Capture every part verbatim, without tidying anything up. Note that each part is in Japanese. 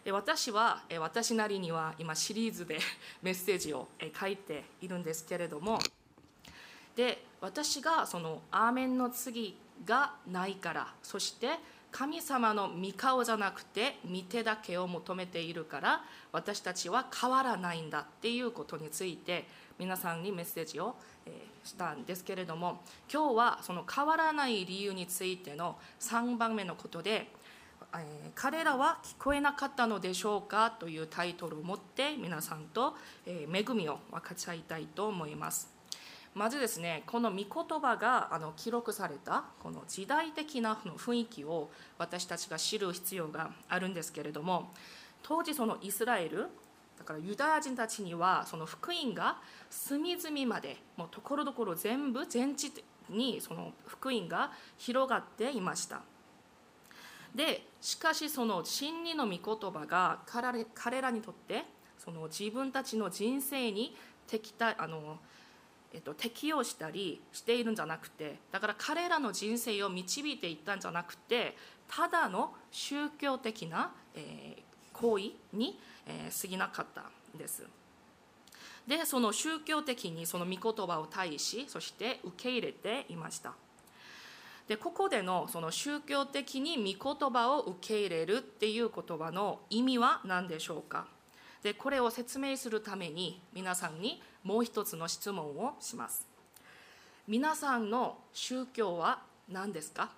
で私は私なりには今シリーズでメッセージを書いているんですけれども、で私がそのアーメンの次がないから、そして神様の御顔じゃなくて御手だけを求めているから私たちは変わらないんだっていうことについて皆さんにメッセージをしたんですけれども、今日はその変わらない理由についてのさんばんめのことで、えー、彼らは聞こえなかったのでしょうかというタイトルを持って皆さんと、えー、恵みを分かち合いたいと思います。まずですね、この御言葉があの記録されたこの時代的な雰囲気を私たちが知る必要があるんですけれども、当時そのイスラエルだからユダヤ人たちにはその福音が隅々までもうところどころ全部全地にその福音が広がっていました。でしかしその真理の御言葉が彼彼らにとってその自分たちの人生に適たあのえっと、適用したりしているんじゃなくて、だから彼らの人生を導いていったんじゃなくて、ただの宗教的な、えー、行為に、えー、過ぎなかったんです。でその宗教的にその御言葉を対し、そして受け入れていました。でここでのその宗教的に御言葉を受け入れるっていう言葉の意味は何でしょうか。でこれを説明するために皆さんにもう一つの質問をします。皆さんの宗教は何ですか？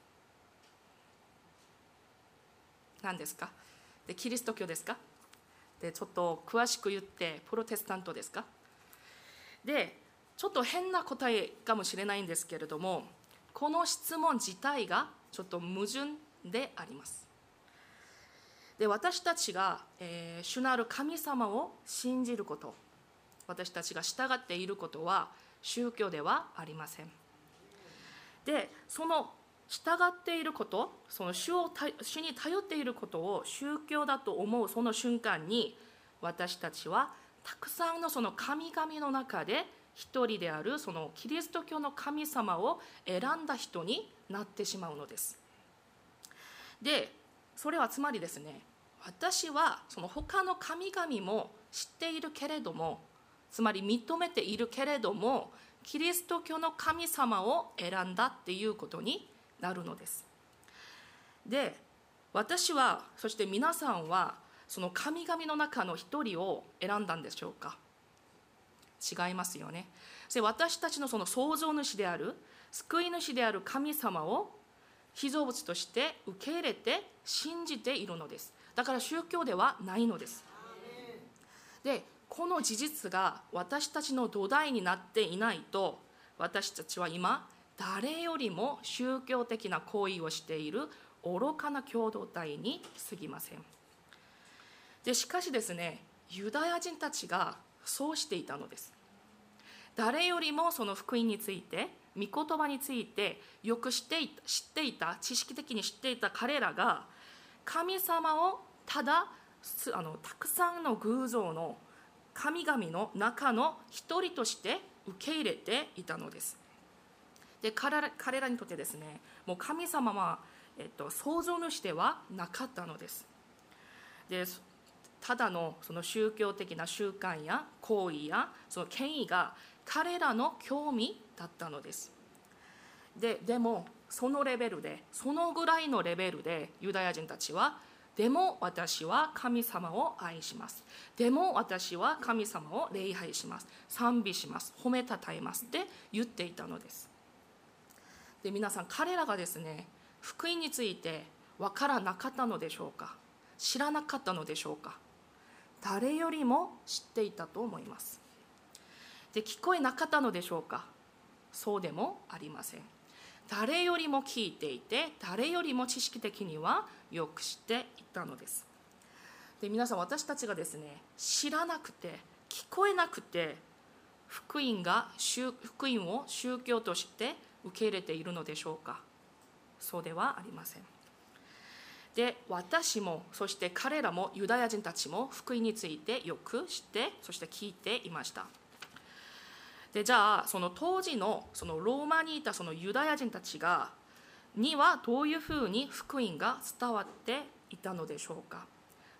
何ですか？でキリスト教ですか？でちょっと詳しく言ってプロテスタントですか？でちょっと変な答えかもしれないんですけれども、この質問自体がちょっと矛盾であります。で私たちが、えー、主なる神様を信じること、私たちが従っていることは宗教ではありません。でその従っていること、その 主, を主に頼っていることを宗教だと思うその瞬間に、私たちはたくさんのその神々の中で一人であるそのキリスト教の神様を選んだ人になってしまうのです。でそれはつまりですね、私はその他の神々も知っているけれども、つまり認めているけれども、キリスト教の神様を選んだっていうことになるのです。で私は、そして皆さんはその神々の中の一人を選んだんでしょうか？違いますよね。で私たちのその創造主である、救い主である神様を被造物として受け入れて信じているのです。だから宗教ではないのです。でこの事実が私たちの土台になっていないと、私たちは今誰よりも宗教的な行為をしている愚かな共同体に過ぎません。でしかしですね、ユダヤ人たちがそうしていたのです。誰よりもその福音について、御言葉についてよく知っていた、知っていた知識的に知っていた彼らが、神様をただあのたくさんの偶像の神々の中の一人として受け入れていたのです。で 彼, ら彼らにとってですね、もう神様は、えっと、創造主ではなかったのです。でただのその宗教的な習慣や行為やその権威が彼らの興味だったのです。ででもそのレベルで、そのぐらいのレベルでユダヤ人たちは、でも私は神様を愛します、でも私は神様を礼拝します、賛美します、褒めたたえますって言っていたのです。で皆さん、彼らがですね、福音について分からなかったのでしょうか？知らなかったのでしょうか？誰よりも知っていたと思います。で聞こえなかったのでしょうか？そうでもありません。誰よりも聞いていて、誰よりも知識的にはよく知っていたのです。で皆さん、私たちがですね、知らなくて聞こえなくて福音が福音を宗教として受け入れているのでしょうか？そうではありません。で私も、そして彼らも、ユダヤ人たちも福音についてよく知って、そして聞いていました。でじゃあその当時のそのローマにいたそのユダヤ人たちがにはどういうふうに福音が伝わっていたのでしょうか？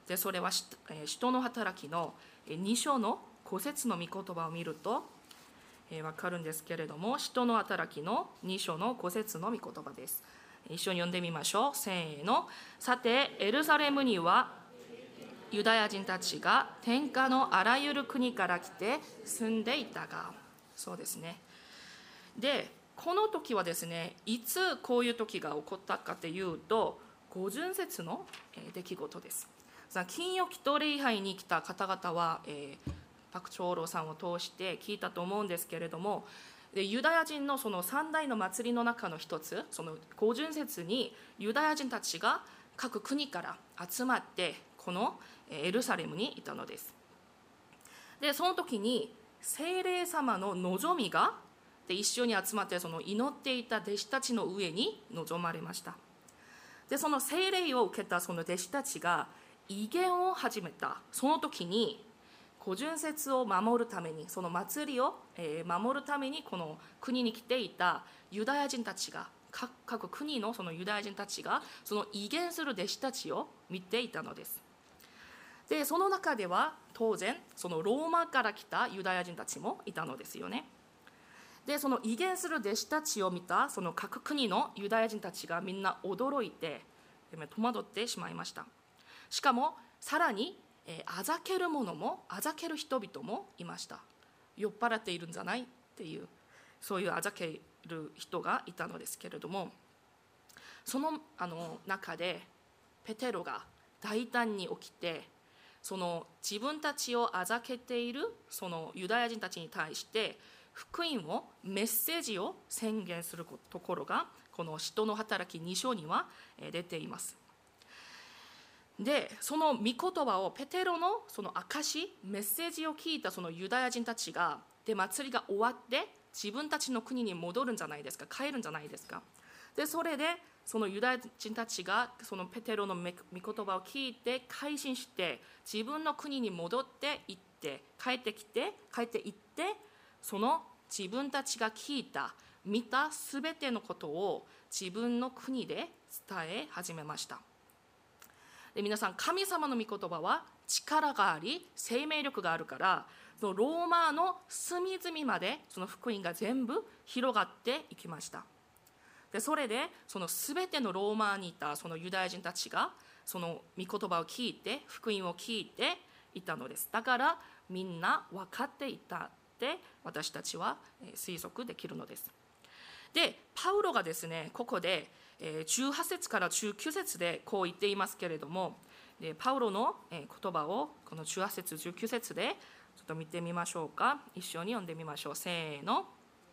でそれは使徒の働きのに章のご節の御言葉を見ると分かるんですけれども、使徒の働きのに章のご節の御言葉です。一緒に読んでみましょう。せーの。さてエルサレムにはユダヤ人たちが天下のあらゆる国から来て住んでいたが、そうですね。でこの時はですね、いつこういう時が起こったかというと、五巡節の出来事です。金曜祈祷礼拝に来た方々は、えー、パク・チョーローさんを通して聞いたと思うんですけれども、でユダヤ人のその三大の祭りの中の一つ、その五巡節にユダヤ人たちが各国から集まってこのエルサレムにいたのです。でその時に聖霊様の望みがで一緒に集まってその祈っていた弟子たちの上に望まれました。でその聖霊を受けたその弟子たちが異言を始めたその時に、五巡節を守るために、その祭りを守るためにこの国に来ていたユダヤ人たちが、各国のそのユダヤ人たちがその異言する弟子たちを見ていたのです。でその中では当然そのローマから来たユダヤ人たちもいたのですよね。でその異言する弟子たちを見たその各国のユダヤ人たちがみんな驚いて戸惑ってしまいました。しかもさらに、えー、あざける者もあざける人々もいました。酔っ払っているんじゃないっていう、そういうあざける人がいたのですけれども、その、あの中でペテロが大胆に起きて、その自分たちをあざけているそのユダヤ人たちに対して福音を、メッセージを宣言するところがこの使徒の働きに章には出ています。でその御言葉をペテロのその証、メッセージを聞いたそのユダヤ人たちが、で祭りが終わって自分たちの国に戻るんじゃないですか、帰るんじゃないですか。でそれでそのユダヤ人たちがそのペテロの御言葉を聞いて改心して、自分の国に戻って行って帰ってきて帰って行って、その自分たちが聞いた見たすべてのことを自分の国で伝え始めました。で皆さん、神様の御言葉は力があり生命力があるから、そのローマの隅々までその福音が全部広がっていきました。でそれでそのすべてのローマにいたそのユダヤ人たちがその御言葉を聞いて福音を聞いていたのです。だからみんな分かっていたって私たちは推測できるのです。でパウロがですね、ここでじゅうはち節からじゅうきゅう節でこう言っていますけれども、でパウロの言葉をこのじゅうはち節じゅうきゅう節でちょっと見てみましょうか。一緒に読んでみましょう。せーの。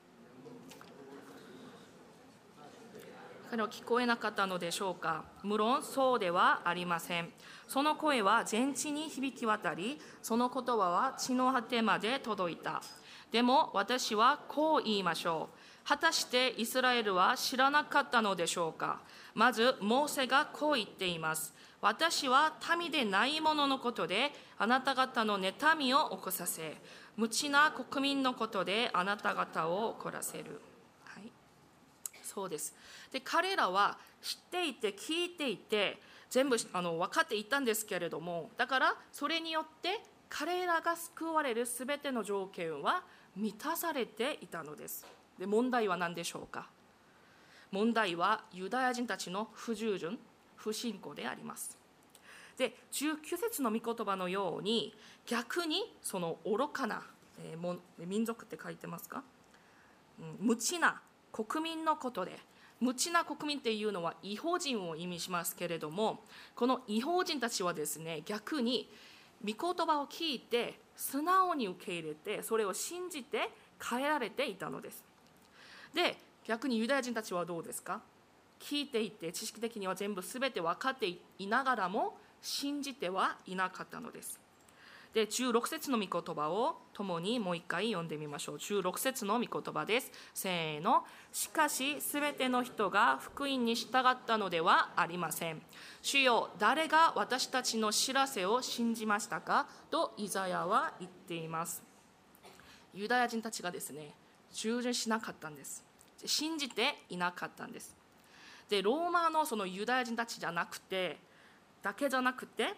彼は聞こえなかったのでしょうか。無論そうではありません。その声は全地に響き渡り、その言葉は地の果てまで届いた。でも私はこう言いましょう。果たしてイスラエルは知らなかったのでしょうか。まずモーセがこう言っています。私は民でない者のことであなた方の妬みを起こさせ、無知な国民のことであなた方を怒らせる。はい、そうです。で彼らは知っていて聞いていて全部あの分かっていたんですけれども、だからそれによって彼らが救われるすべての条件は満たされていたのです。で問題は何でしょうか。問題はユダヤ人たちの不従順、不信仰であります。でじゅうきゅう節の御言葉のように逆にその愚かな、えー、民族って書いてますか、うん、無知な国民のことで、無知な国民っていうのは異邦人を意味しますけれども、この異邦人たちはですね、逆に御言葉を聞いて素直に受け入れてそれを信じて変えられていたのです。で逆にユダヤ人たちはどうですか。聞いていて知識的には全部全て分かっていながらも信じてはいなかったのです。でじゅうろく節の御言葉を共にもう一回読んでみましょう。じゅうろく節の御言葉です。せーの。しかしすべての人が福音に従ったのではありません。主よ、誰が私たちの知らせを信じましたかとイザヤは言っています。ユダヤ人たちがですね、従順しなかったんです。信じていなかったんです。でローマのそのユダヤ人たちじゃなくてだけじゃなくて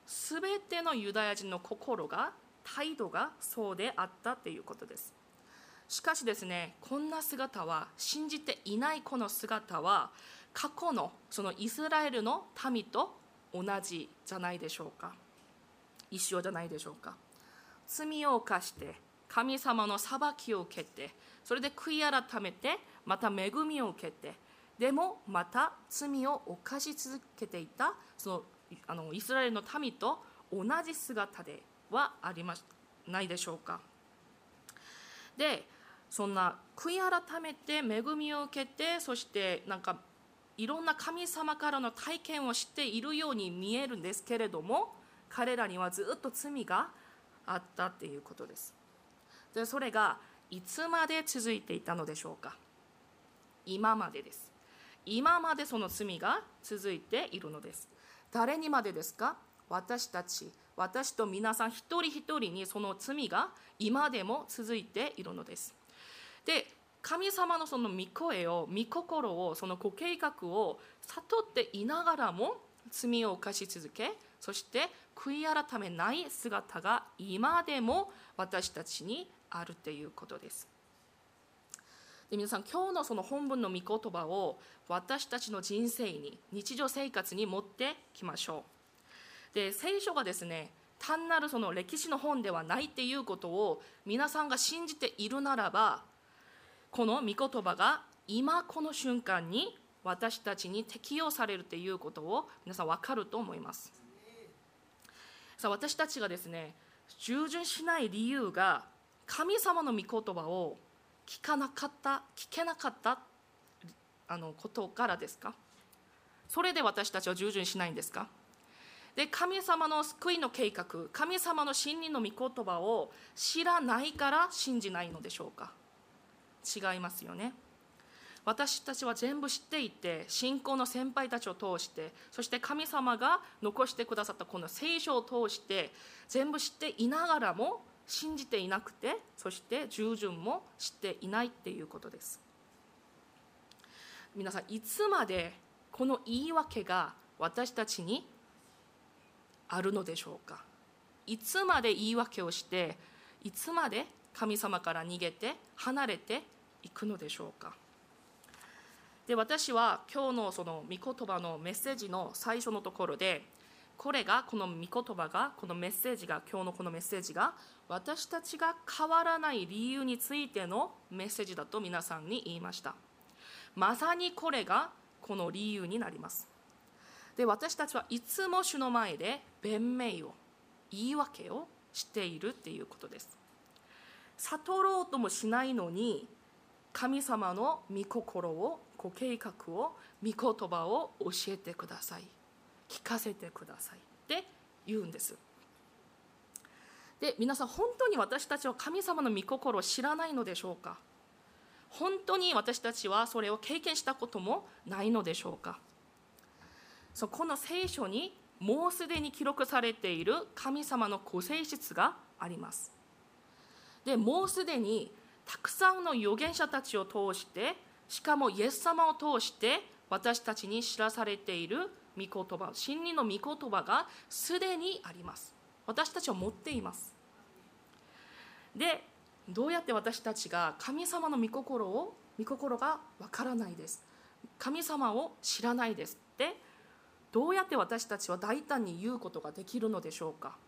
すべてのユダヤ人の心が、態度がそうであったということです。しかしですね、こんな姿は、信じていないこの姿は、過去のそのイスラエルの民と同じじゃないでしょうか。一緒じゃないでしょうか。罪を犯して神様の裁きを受けて、それで悔い改めてまた恵みを受けて、でもまた罪を犯し続けていたそのあのイスラエルの民と同じ姿ではありまないでしょうか。で、そんな悔い改めて恵みを受けて、そしてなんかいろんな神様からの体験をしているように見えるんですけれども、彼らにはずっと罪があったっていうことです。で、それがいつまで続いていたのでしょうか。今までです。今までその罪が続いているのです。誰にまでですか。私たち、私と皆さん一人一人にその罪が今でも続いているのです。で、神様のその御声を、御心を、そのご計画を悟っていながらも罪を犯し続け、そして悔い改めない姿が今でも私たちにあるということです。で、皆さん、今日のその本文の御言葉を私たちの人生に、日常生活に持ってきましょう。で、聖書がですね、単なるその歴史の本ではないっていうことを皆さんが信じているならば、この御言葉が今この瞬間に私たちに適用されるということを皆さん分かると思います。さあ、私たちがですね、従順しない理由が神様の御言葉を聞かなかった、聞けなかったあのことからですか。それで私たちは従順しないんですか。で、神様の救いの計画、神様の真理の御言葉を知らないから信じないのでしょうか。違いますよね。私たちは全部知っていて、信仰の先輩たちを通して、そして神様が残してくださったこの聖書を通して全部知っていながらも信じていなくて、そして従順も知っていないっていうことです。皆さん、いつまでこの言い訳が私たちにあるのでしょうか。いつまで言い訳をして、いつまで神様から逃げて離れていくのでしょうか。で、私は今日のその御言葉のメッセージの最初のところで、これがこの御言葉が、このメッセージが、今日のこのメッセージが私たちが変わらない理由についてのメッセージだと皆さんに言いました。まさにこれがこの理由になります。で、私たちはいつも主の前で弁明を、言い訳をしているっていうことです。悟ろうともしないのに、神様の御心を、ご計画を、御言葉を教えてください、聞かせてくださいって言うんです。で、皆さん、本当に私たちは神様の御心を知らないのでしょうか。本当に私たちはそれを経験したこともないのでしょうか。そう、この聖書にもうすでに記録されている神様のご性質があります。で、もうすでにたくさんの預言者たちを通して、しかもイエス様を通して私たちに知らされている御言葉、真理の御言葉がすでにあります。私たちは持っています。で、どうやって私たちが神様の御心を、御心がわからないです、神様を知らないですって、どうやって私たちは大胆に言うことができるのでしょうか。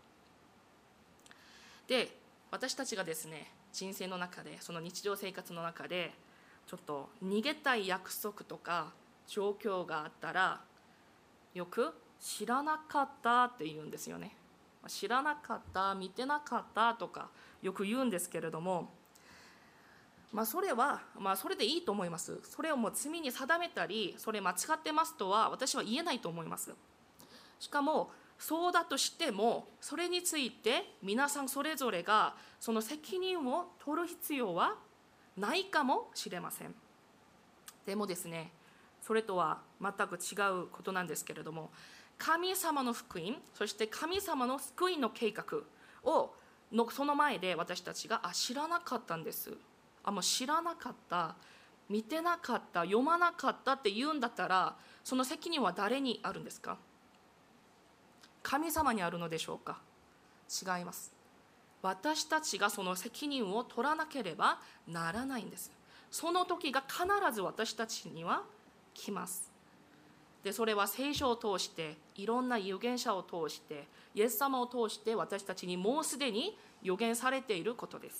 で、私たちがですね、人生の中で、その日常生活の中でちょっと逃げたい約束とか状況があったら、よく知らなかったって言うんですよね。知らなかった、見てなかったとかよく言うんですけれども、まあ、それは、まあ、それでいいと思います。それをもう罪に定めたり、それ間違ってますとは私は言えないと思います。しかもそうだとしても、それについて皆さんそれぞれがその責任を取る必要はないかもしれません。でもですね、それとは全く違うことなんですけれども、神様の福音、そして神様の救いの計画をのその前で私たちがあ知らなかったんです、あもう知らなかった、見てなかった、読まなかったって言うんだったら、その責任は誰にあるんですか。 神様にあるのでしょうか。違います。私たちがその責任を取らなければならないんです。その時が必ず私たちには来ます。でそれは聖書を通して、いろんな預言者を通して、イエス様を通して私たちにもうすでに預言されていることです。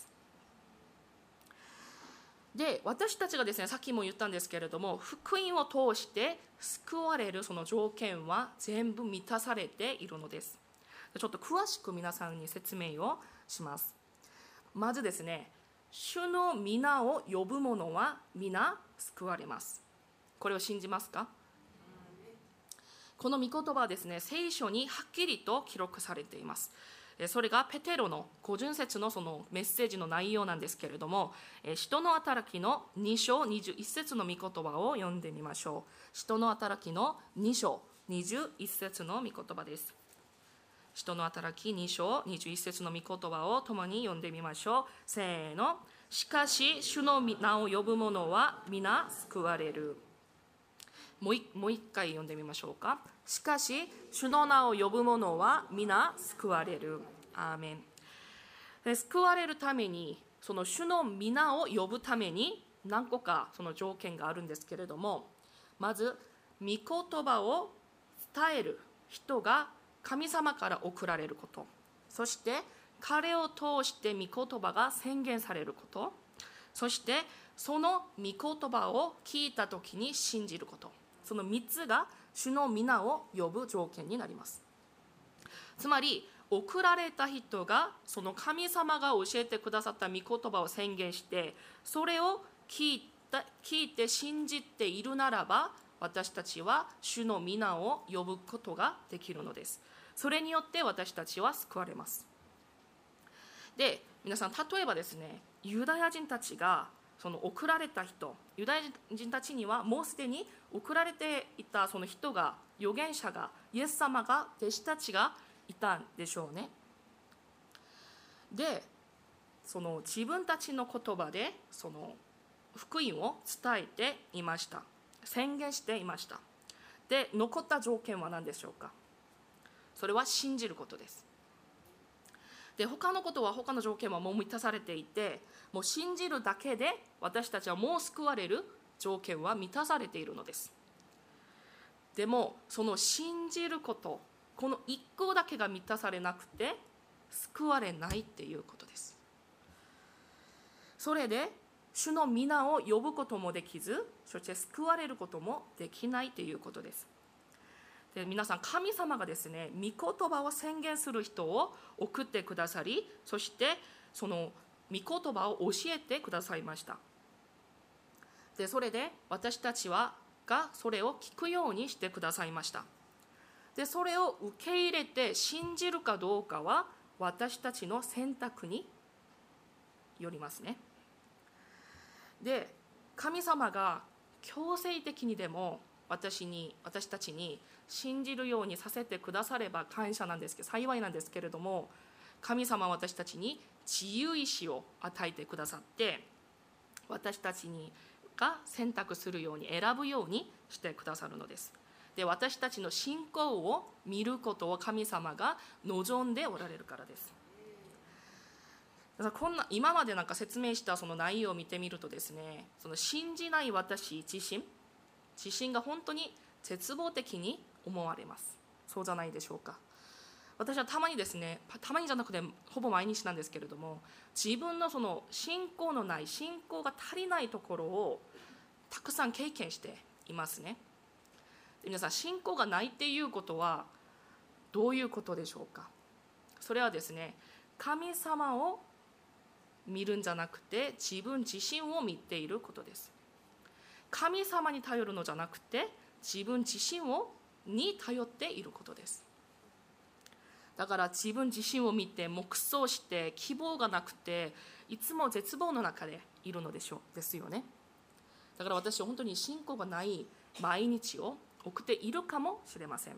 で私たちがですね、さっきも言ったんですけれども、福音を通して救われるその条件は全部満たされているのです。ちょっと詳しく皆さんに説明をします。まずですね、主の皆を呼ぶ者は皆救われます。これを信じますか？この御言葉はですね、聖書にはっきりと記録されています。それがペテロの五巡節のそのメッセージの内容なんですけれども、使徒の働きのに章にじゅういち節の御言葉を読んでみましょう。使徒の働きのに章にじゅういち節の御言葉です。使徒の働きに章にじゅういち節の御言葉を共に読んでみましょう。せーの。しかし主の名を呼ぶ者は皆救われる。もう一回読んでみましょうか。しかし主の名を呼ぶ者は皆救われる。アーメン。で救われるために、その主の皆を呼ぶために何個かその条件があるんですけれども、まず御言葉を伝える人が神様から送られること、そして彼を通して御言葉が宣言されること、そしてその御言葉を聞いたときに信じること、そのみっつが主の皆を呼ぶ条件になります。つまり送られた人がその神様が教えてくださった御言葉を宣言して、それを聞いた聞いて信じているならば、私たちは主の皆を呼ぶことができるのです。それによって私たちは救われます。で皆さん、例えばですね、ユダヤ人たちがその送られた人、ユダヤ人たちにはもうすでに送られていたその人が、預言者が、イエス様が、弟子たちがいたんでしょうね。でその自分たちの言葉でその福音を伝えていました。宣言していました。で残った条件は何でしょうか。それは信じることです。で他のことは、他の条件はもう満たされていて、もう信じるだけで私たちはもう救われる条件は満たされているのです。でもその信じること、この一個だけが満たされなくて救われないっていうことです。それで主の皆を呼ぶこともできず、そして救われることもできないということです。で皆さん、神様がですね、御言葉を宣言する人を送ってくださり、そしてその御言葉を教えてくださいました。でそれで私たちはがそれを聞くようにしてくださいました。でそれを受け入れて信じるかどうかは私たちの選択によりますね。で神様が強制的にでも私に私たちに信じるようにさせてくだされば感謝なんですけど、幸いなんですけれども、神様は私たちに自由意志を与えてくださって、私たちにが選択するように、選ぶようにしてくださるのです。で私たちの信仰を見ることを神様が望んでおられるからです。だからこんな今までなんか説明したその内容を見てみるとですね、その信じない私自身自身が本当に絶望的に思われます。そうじゃないでしょうか。私はたまにですね、たまにじゃなくてほぼ毎日なんですけれども、自分のその信仰のない、信仰が足りないところをたくさん経験していますね。で皆さん、信仰がないっていうことはどういうことでしょうか。それはですね、神様を見るんじゃなくて自分自身を見ていることです。神様に頼るのじゃなくて自分自身をに頼っていることです。だから自分自身を見て黙想して希望がなくていつも絶望の中でいるのでしょうですよね。だから私は本当に信仰がない毎日を送っているかもしれません。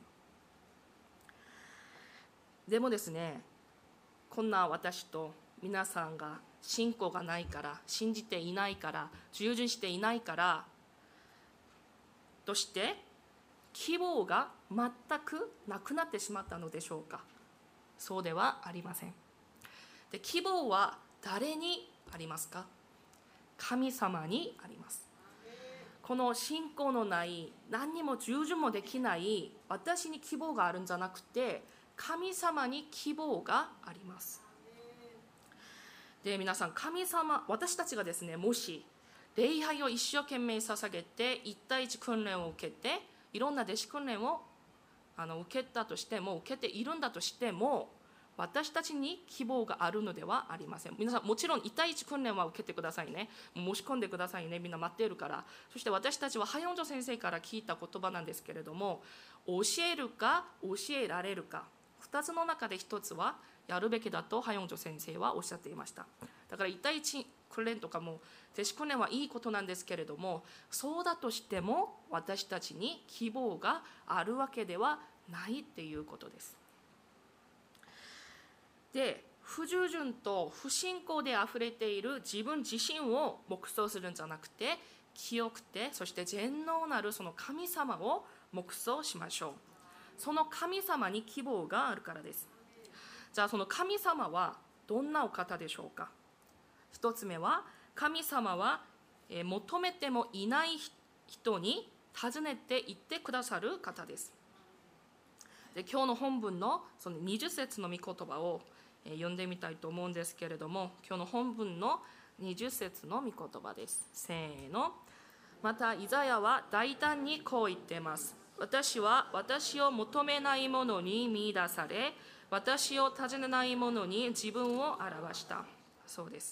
でもですね、こんな私と皆さんが信仰がないから、信じていないから、従順していないからとして希望が全くなくなってしまったのでしょうか。そうではありません。で、希望は誰にありますか？神様にあります。この信仰のない何にも従順もできない私に希望があるんじゃなくて、神様に希望があります。で、皆さん、神様、私たちがですね、もし礼拝を一生懸命捧げて一対一訓練を受けていろんな弟子訓練をあの受けたとしても受けているんだとしても、私たちに希望があるのではありません。皆さん、もちろん一対一訓練は受けてくださいね。申し込んでくださいね。みんな待っているから。そして私たちはハヨンジョ先生から聞いた言葉なんですけれども、教えるか教えられるか、ふたつの中でひとつはやるべきだとハヨンジョ先生はおっしゃっていました。だから一対一訓練とかも弟子訓練はいいことなんですけれども、そうだとしても私たちに希望があるわけではないっていうことです。で、不従順と不信仰であふれている自分自身を黙想するんじゃなくて、清くてそして全能なるその神様を黙想しましょう。その神様に希望があるからです。じゃあ、その神様はどんなお方でしょうか。一つ目は、神様は求めてもいない人に尋ねて言ってくださる方です。で、今日の本文のそのにじゅっ節の御言葉を読んでみたいと思うんですけれども、今日の本文のにじゅっ節の御言葉です。せーの。またイザヤは大胆にこう言っています。私は私を求めないものに見出され、私を尋ねないものに自分を表した。そうです。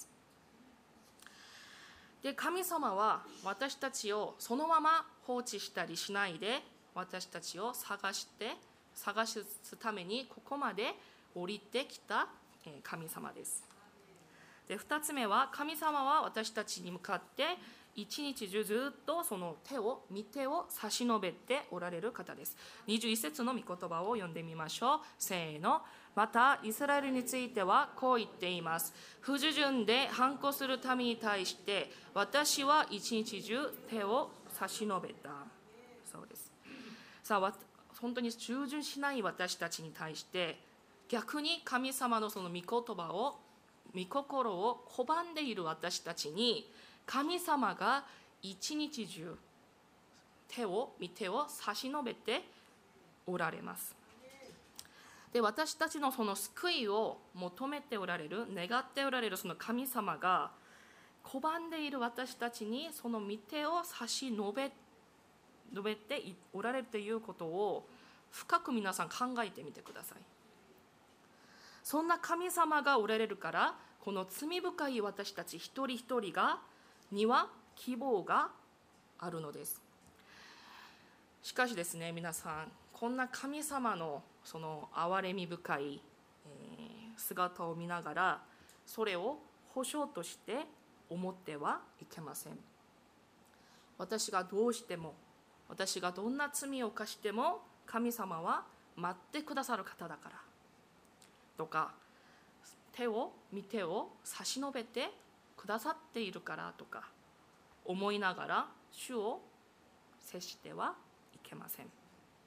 で、神様は私たちをそのまま放置したりしないで、私たちを探して探すためにここまで降りてきた神様です。で、ふたつめは、神様は私たちに向かって一日中ずっとその手を御手を差し伸べておられる方です。にじゅういち節の御言葉を読んでみましょう。せーの。またイスラエルについてはこう言っています。不従順で反抗する民に対して私は一日中手を差し伸べた。そうです。さあ、本当に従順しない私たちに対して逆に神様のその御言葉を御心を拒んでいる私たちに神様が一日中手を御手を差し伸べておられます。で、私たちのその救いを求めておられる、願っておられるその神様が拒んでいる私たちにその御手を差し伸べ述べておられるということを深く皆さん考えてみてください。そんな神様がおられるから、この罪深い私たち一人一人がには希望があるのです。しかしですね、皆さん、こんな神様のその憐れみ深い姿を見ながら、それを保証として思ってはいけません。私がどうしても、私がどんな罪を犯しても神様は待ってくださる方だからとか、手を御手を差し伸べてくださっているからとか思いながら主を接してはいけません。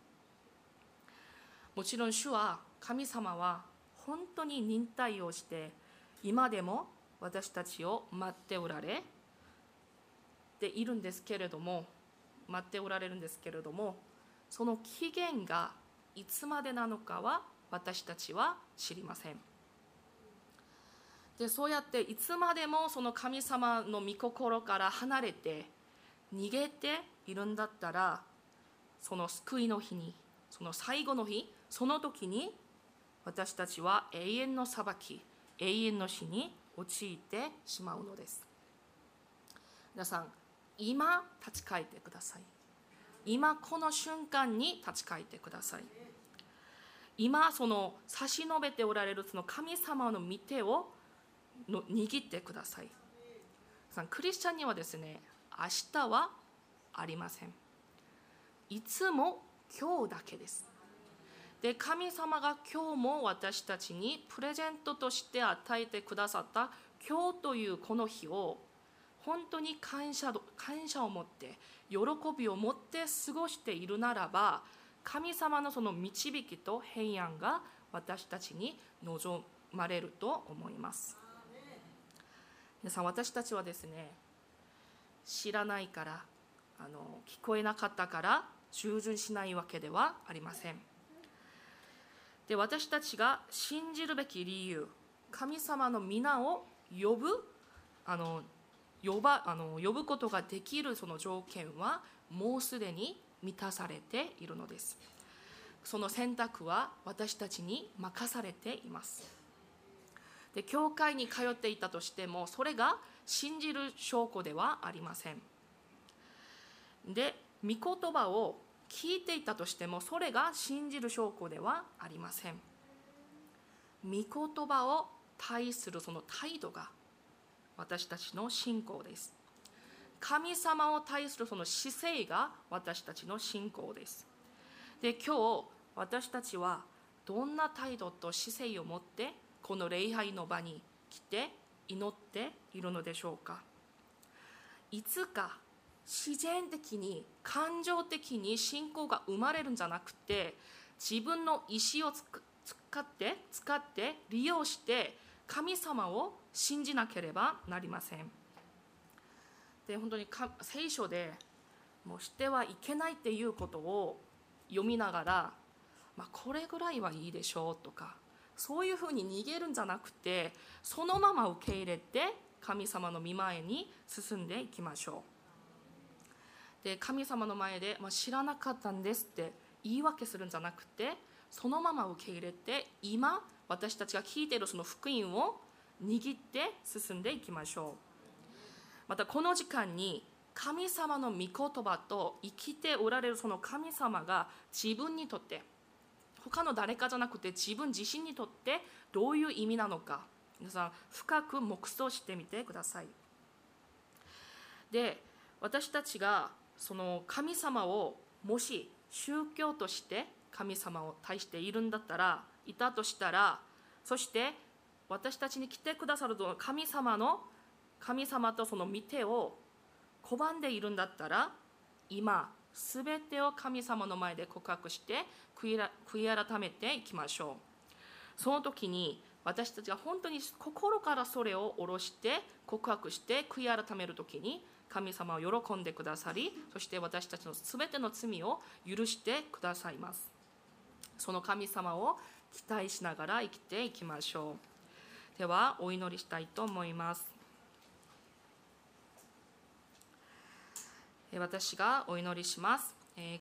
もちろん主は、神様は本当に忍耐をして今でも私たちを待っておられているんですけれども待っておられるんですけれどもその期限がいつまでなのかは私たちは知りません。で、そうやっていつまでもその神様の御心から離れて逃げているんだったら、その救いの日に、その最後の日、その時に私たちは永遠の裁き、永遠の死に陥ってしまうのです。皆さん、今立ち返ってください。今この瞬間に立ち返ってください。今その差し伸べておられるその神様の御手をの握ってください。クリスチャンにはですね、明日はありません。いつも今日だけです。で、神様が今日も私たちにプレゼントとして与えてくださった今日というこの日を本当に感謝感謝を持って喜びを持って過ごしているならば、神様のその導きと平安が私たちに望まれると思います。皆さん、私たちはですね、知らないから、あの聞こえなかったから従順しないわけではありません。で、私たちが信じるべき理由、神様の皆を呼ぶあの呼ばあの呼ぶことができるその条件はもうすでに満たされているのです。その選択は私たちに任されています。で、教会に通っていたとしても、それが信じる証拠ではありません。で、御言葉を聞いていたとしても、それが信じる証拠ではありません。御言葉を対するその態度が私たちの信仰です。神様を対するその姿勢が私たちの信仰です。で、今日私たちはどんな態度と姿勢を持ってこの礼拝の場に来て祈っているのでしょうか。いつか自然的に感情的に信仰が生まれるんじゃなくて、自分の意志を使って使って利用して神様を信じなければなりません。で、本当に聖書でもうしてはいけないっていうことを読みながら、まあ、これぐらいはいいでしょうとか、そういうふうに逃げるんじゃなくて、そのまま受け入れて神様の御前に進んでいきましょう。で、神様の前で、まあ、知らなかったんですって言い訳するんじゃなくて、そのまま受け入れて、今私たちが聞いているその福音を握って進んでいきましょう。またこの時間に神様の御言葉と生きておられるその神様が自分にとって、他の誰かじゃなくて自分自身にとってどういう意味なのか、皆さん深く黙想してみてください。で、私たちがその神様をもし宗教として神様を対しているんだったらいたとしたら、そして私たちに来てくださる神様の神様とその御手を拒んでいるんだったら、今すべてを神様の前で告白して悔い改めていきましょう。その時に私たちが本当に心からそれを下ろして告白して悔い改める時に、神様を喜んでくださり、そして私たちのすべての罪を許してくださいます。その神様を期待しながら生きていきましょう。ではお祈りしたいと思います。私がお祈りします。